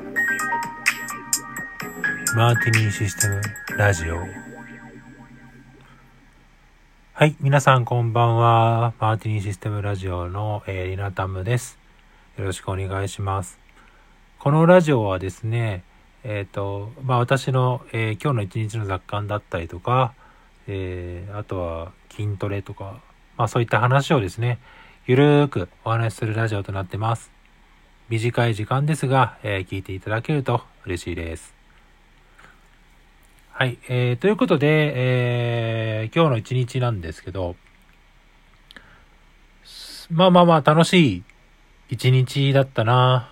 マーティニーシステムラジオ。はい、皆さんこんばんは。マーティニーシステムラジオの、リナタムです。よろしくお願いします。このラジオはですね、私の、今日の一日の雑感だったりとか、あとは筋トレとか、そういった話をですね、ゆるーくお話しするラジオとなってます。短い時間ですが、聞いていただけると嬉しいです。はい、ということで、今日の一日なんですけど、楽しい一日だったな。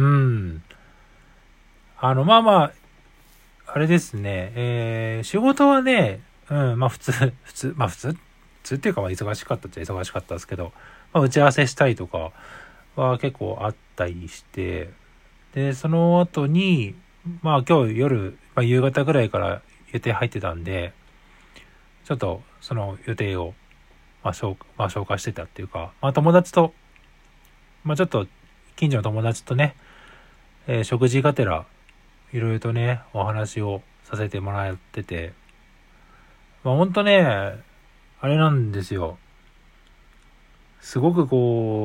あれですね、仕事はね、普通っていうか忙しかったっちゃ忙しかったですけど、打ち合わせしたりとかは結構あったりして、で、その後に、今日夜、夕方ぐらいから予定入ってたんで、ちょっとその予定を、消化してたっていうか、友達と、ちょっと近所の友達とね、食事がてら、いろいろとね、お話をさせてもらってて、ほんとね、あれなんですよ。すごく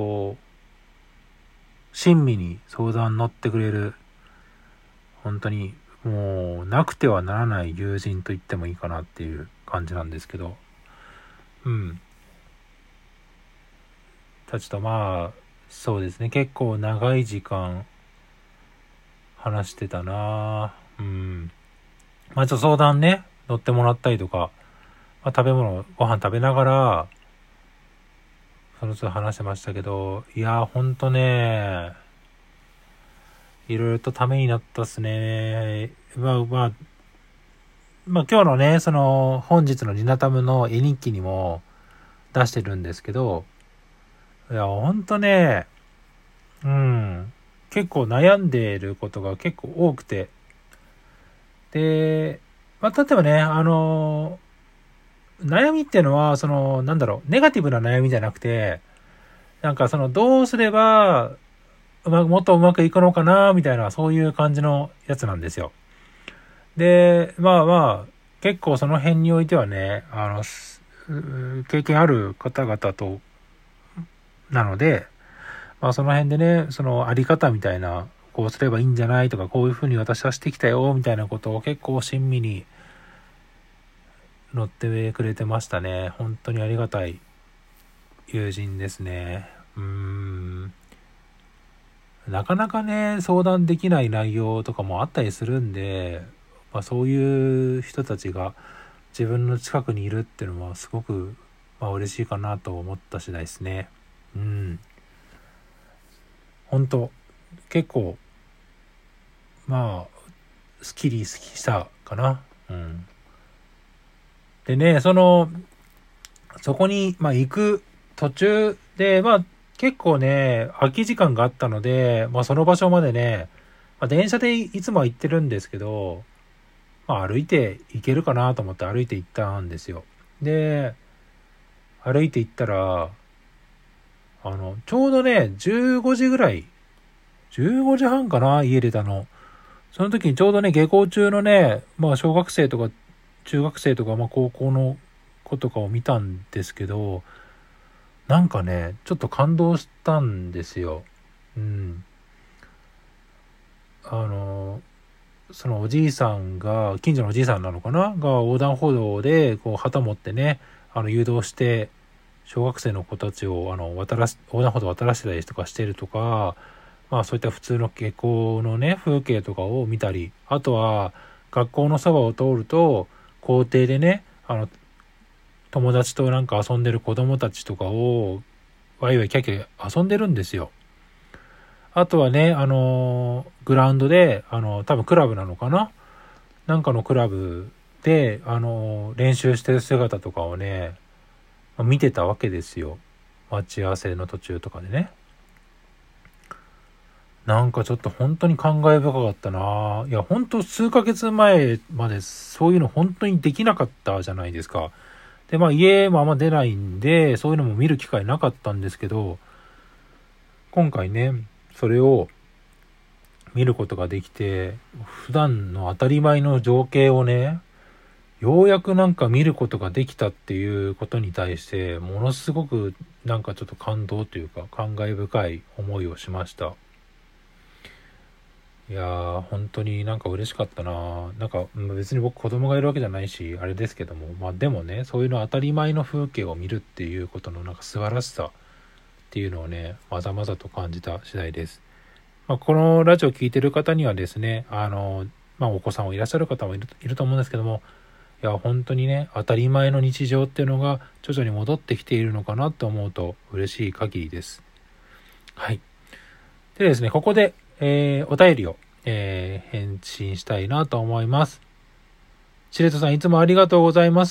親身に相談乗ってくれる、本当にもうなくてはならない友人と言ってもいいかなっていう感じなんですけど、たちとそうですね、結構長い時間話してたな。ちょっと相談ね、乗ってもらったりとか、ご飯食べながら、その都度話してましたけど、いやーほんとね、いろいろとためになったっすね。今日のね、その本日のリナタムの絵日記にも出してるんですけど、いやほんとね、結構悩んでいることが結構多くて、で、例えばね、悩みっていうのは、ネガティブな悩みじゃなくて、どうすれば、もっとうまくいくのかな、みたいな、そういう感じのやつなんですよ。で、結構その辺においてはね、経験ある方々と、なので、その辺でね、そのあり方みたいな、こうすればいいんじゃないとか、こういうふうに私はしてきたよ、みたいなことを結構親身に乗ってくれてましたね。本当にありがたい友人ですね。なかなかね、相談できない内容とかもあったりするんで、そういう人たちが自分の近くにいるっていうのはすごく、嬉しいかなと思った次第ですね。本当結構、スッキリしたかな。でね、そこに、行く途中で、結構ね、空き時間があったので、その場所までね、電車でいつもは行ってるんですけど、歩いて行けるかなと思って歩いて行ったんですよ。で、歩いて行ったら、ちょうどね、15時ぐらい、15時半かな、家出たの。その時にちょうどね、下校中のね、小学生とか中学生とか、高校の子とかを見たんですけど、なんかね、ちょっと感動したんですよ。そのおじいさんが、近所のおじいさんなのかなが横断歩道で、旗持ってね、誘導して、小学生の子たちを、横断歩道渡らせたりとかしてるとか、そういった普通の下校のね、風景とかを見たり、あとは、学校のそばを通ると、校庭でね、友達と遊んでる子供たちとかを、ワイワイキャキャ遊んでるんですよ。あとはね、グラウンドで、多分クラブなのかなのクラブで、練習してる姿とかをね、見てたわけですよ。待ち合わせの途中とかでね。ちょっと本当に感慨深かったな。いや、本当数ヶ月前までそういうの本当にできなかったじゃないですか。で、家もあんま出ないんで、そういうのも見る機会なかったんですけど、今回ね、それを見ることができて、普段の当たり前の情景をね、ようやくなんか見ることができたっていうことに対して、ものすごくなんかちょっと感動というか感慨深い思いをしました。いやー、本当になんか嬉しかったな。なんか別に僕子供がいるわけじゃないし、あれですけども、まあでもね、そういうの当たり前の風景を見るっていうことのなんか素晴らしさっていうのをね、まざまざと感じた次第です。まあ、このラジオを聞いてる方にはですね、まあお子さんもいらっしゃる方もいると思うんですけども、いや、本当にね、当たり前の日常っていうのが徐々に戻ってきているのかなと思うと嬉しい限りです。はい。でですね、ここで、お便りを、返信したいなと思います。しれとさん、いつもありがとうございます。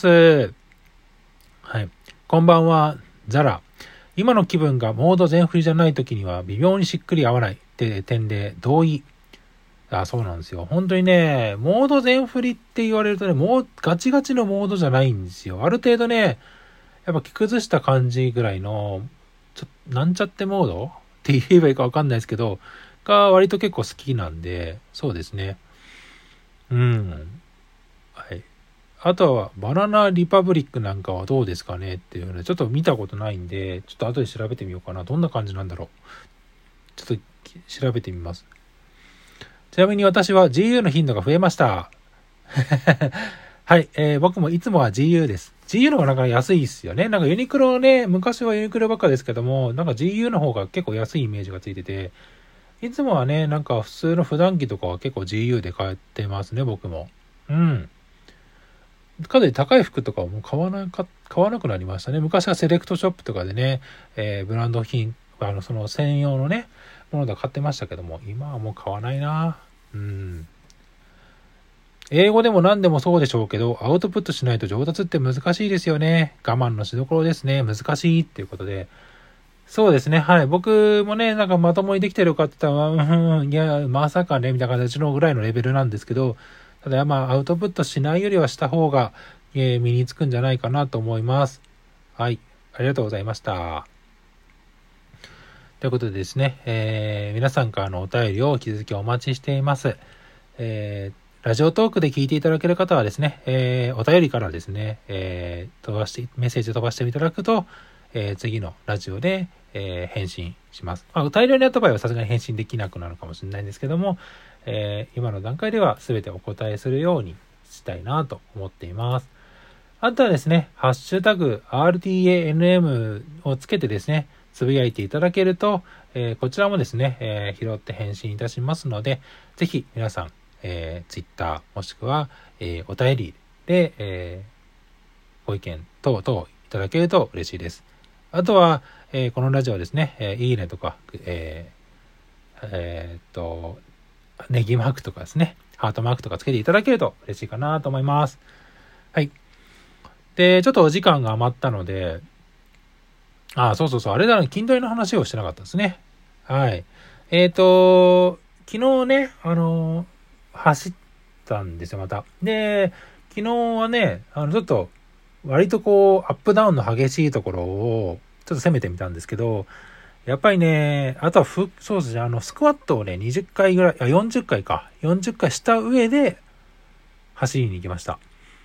はい。こんばんは、ザラ。今の気分がモード全振りじゃない時には微妙にしっくり合わないって点で同意。そうなんですよ。本当にね、モード全振りって言われるとね、もうガチガチのモードじゃないんですよ。ある程度ね、やっぱ着崩した感じぐらいの、なんちゃってモードって言えばいいかわかんないですけど、が割と結構好きなんで、そうですね。うん。はい。あとは、バナナリパブリックなんかはどうですかねっていうのちょっと見たことないんで、ちょっと後で調べてみようかな。どんな感じなんだろう。ちょっと調べてみます。ちなみに私は GU の頻度が増えました。はい、僕もいつもは GU です。GU の方がなんか安いですよね。なんかユニクロね、昔はユニクロばっかですけども、なんか GU の方が結構安いイメージがついてて、いつもはね、なんか普通の普段着とかは結構 GU で買ってますね、僕も。うん。かなり高い服とかはもう買わなくなりましたね。昔はセレクトショップとかでね、ブランド品、その専用のね、もので買ってましたけども、今はもう買わないな。うん。英語でも何でもそうでしょうけど、アウトプットしないと上達って難しいですよね。我慢のしどころですね。難しいっていうことで。そうですね。はい。僕もね、なんかまともにできてるかって言ったら、いや、まさかね、みたいな形のぐらいのレベルなんですけど、ただまあ、アウトプットしないよりはした方が、身につくんじゃないかなと思います。はい。ありがとうございました。ということでですね、皆さんからのお便りを引き続きお待ちしています。ラジオトークで聞いていただける方はですね、お便りからですね、メッセージを飛ばしていただくと、次のラジオで、返信します。大量にあった場合はさすがに返信できなくなるかもしれないんですけども、今の段階では全てお答えするようにしたいなと思っています。あとはですね、ハッシュタグ RTANM をつけてですね、つぶやいていただけると、こちらもですね、拾って返信いたしますので、ぜひ皆さん、Twitter もしくは、お便りで、ご意見等々いただけると嬉しいです。あとは、このラジオですね、いいねとか、ネギマークとかですね、ハートマークとかつけていただけると嬉しいかなと思います。はい。で、ちょっとお時間が余ったので、そう、あれだね、筋トレの話をしてなかったですね。はい。昨日ね、走ったんですよ、また。で、昨日はね、ちょっと、割とこう、アップダウンの激しいところを、ちょっと攻めてみたんですけど、やっぱりね、あとはそうですね、スクワットをね、20回ぐらい、40回か。40回した上で、走りに行きました。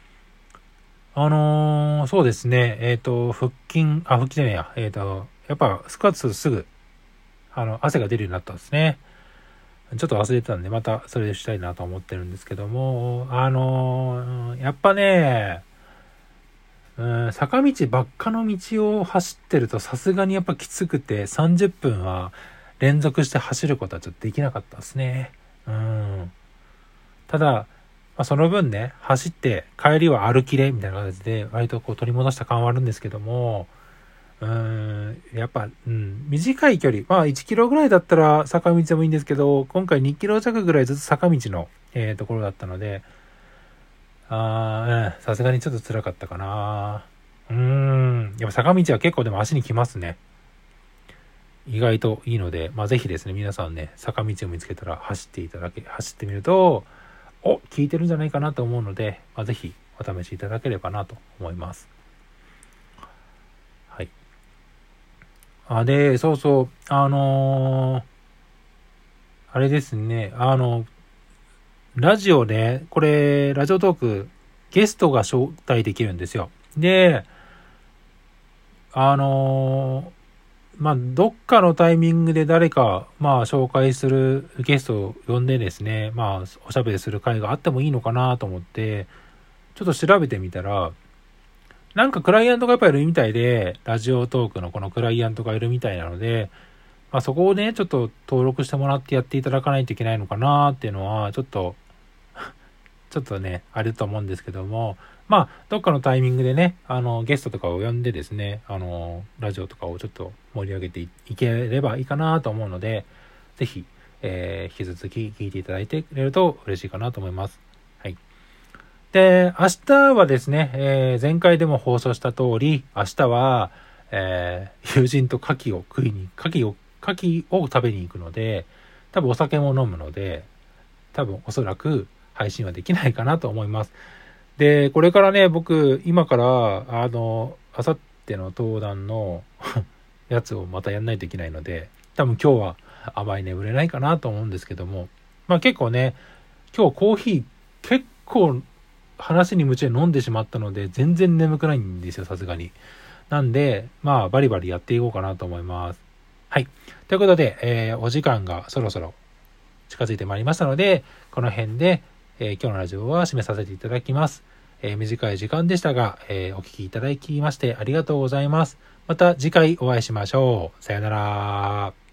そうですね、腹筋じゃねえや、やっぱスクワットするとすぐ、汗が出るようになったんですね。ちょっと忘れてたんで、またそれでしたいなと思ってるんですけども、やっぱね、坂道ばっかの道を走ってるとさすがにやっぱきつくて30分は連続して走ることはちょっとできなかったですね。ただ、その分ね、走って帰りは歩きでみたいな形で割とこう取り戻した感はあるんですけども、やっぱ、短い距離、1キロぐらいだったら坂道でもいいんですけど、今回2キロ弱ぐらいずっと坂道の、ところだったので、さすがにちょっと辛かったかな。やっぱ坂道は結構でも足にきますね。意外といいので、ぜひですね、皆さんね、坂道を見つけたら走ってみると、効いてるんじゃないかなと思うので、ぜひお試しいただければなと思います。はい。で、そうそう、 あれですね、ラジオで、これ、ラジオトーク、ゲストが招待できるんですよ。で、どっかのタイミングで誰か、紹介するゲストを呼んでですね、おしゃべりする会があってもいいのかなと思って、ちょっと調べてみたら、なんかクライアントがやっぱりいるみたいで、ラジオトークのこのクライアントがいるみたいなので、そこをね、ちょっと登録してもらってやっていただかないといけないのかなっていうのは、ちょっとね、あると思うんですけども、どっかのタイミングでね、ゲストとかを呼んでですね、ラジオとかをちょっと盛り上げていければいいかなと思うので、ぜひ、引き続き聞いていただいてくれると嬉しいかなと思います。はい。で、明日はですね、前回でも放送した通り、明日は、友人と牡蠣を食べに行くので、多分お酒も飲むので、多分おそらく配信はできないかなと思います。で、これからね、僕、今から、あさっての登壇のやつをまたやんないといけないので、多分今日はあまり眠れないかなと思うんですけども、結構ね、今日コーヒー結構話に夢中で飲んでしまったので、全然眠くないんですよ、さすがに。なんで、バリバリやっていこうかなと思います。はい。ということで、お時間がそろそろ近づいてまいりましたので、この辺で、今日のラジオは締めさせていただきます。短い時間でしたが、お聞きいただきましてありがとうございます。また次回お会いしましょう。さよなら。